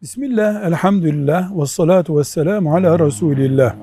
Bismillah, elhamdülillah, ve salatu ve selamu ala Resulillah.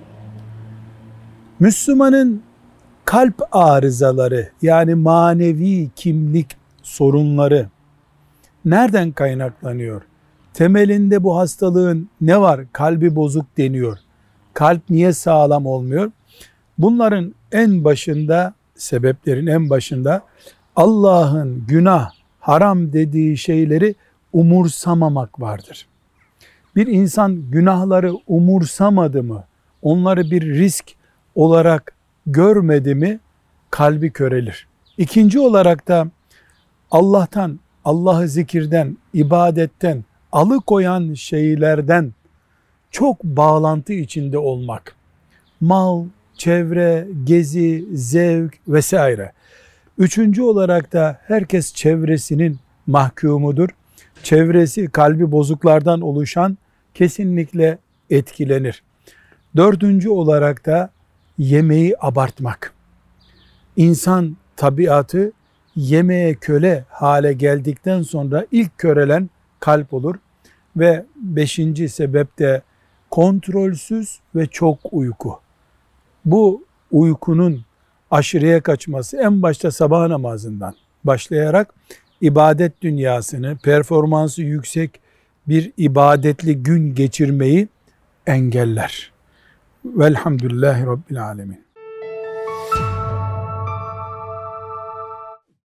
Müslümanın kalp arızaları yani manevi kimlik sorunları nereden kaynaklanıyor? Temelinde bu hastalığın ne var? Kalbi bozuk deniyor. Kalp niye sağlam olmuyor? Bunların en başında, sebeplerin en başında Allah'ın günah, haram dediği şeyleri umursamamak vardır. Bir insan günahları umursamadı mı, onları bir risk olarak görmedi mi, kalbi körelir. İkinci olarak da Allah'tan, Allah'ı zikirden, ibadetten, alıkoyan şeylerden çok bağlantı içinde olmak. Mal, çevre, gezi, zevk vesaire. Üçüncü olarak da herkes çevresinin mahkumudur. Çevresi kalbi bozuklardan oluşan kesinlikle etkilenir. Dördüncü olarak da yemeği abartmak. İnsan tabiatı yemeğe köle hale geldikten sonra ilk körelen kalp olur. Ve beşinci sebep de kontrolsüz ve çok uyku. Bu uykunun aşırıya kaçması en başta sabah namazından başlayarak ibadet dünyasını, performansı yüksek bir ibadetli gün geçirmeyi engeller. Velhamdülillahi Rabbil Alemin.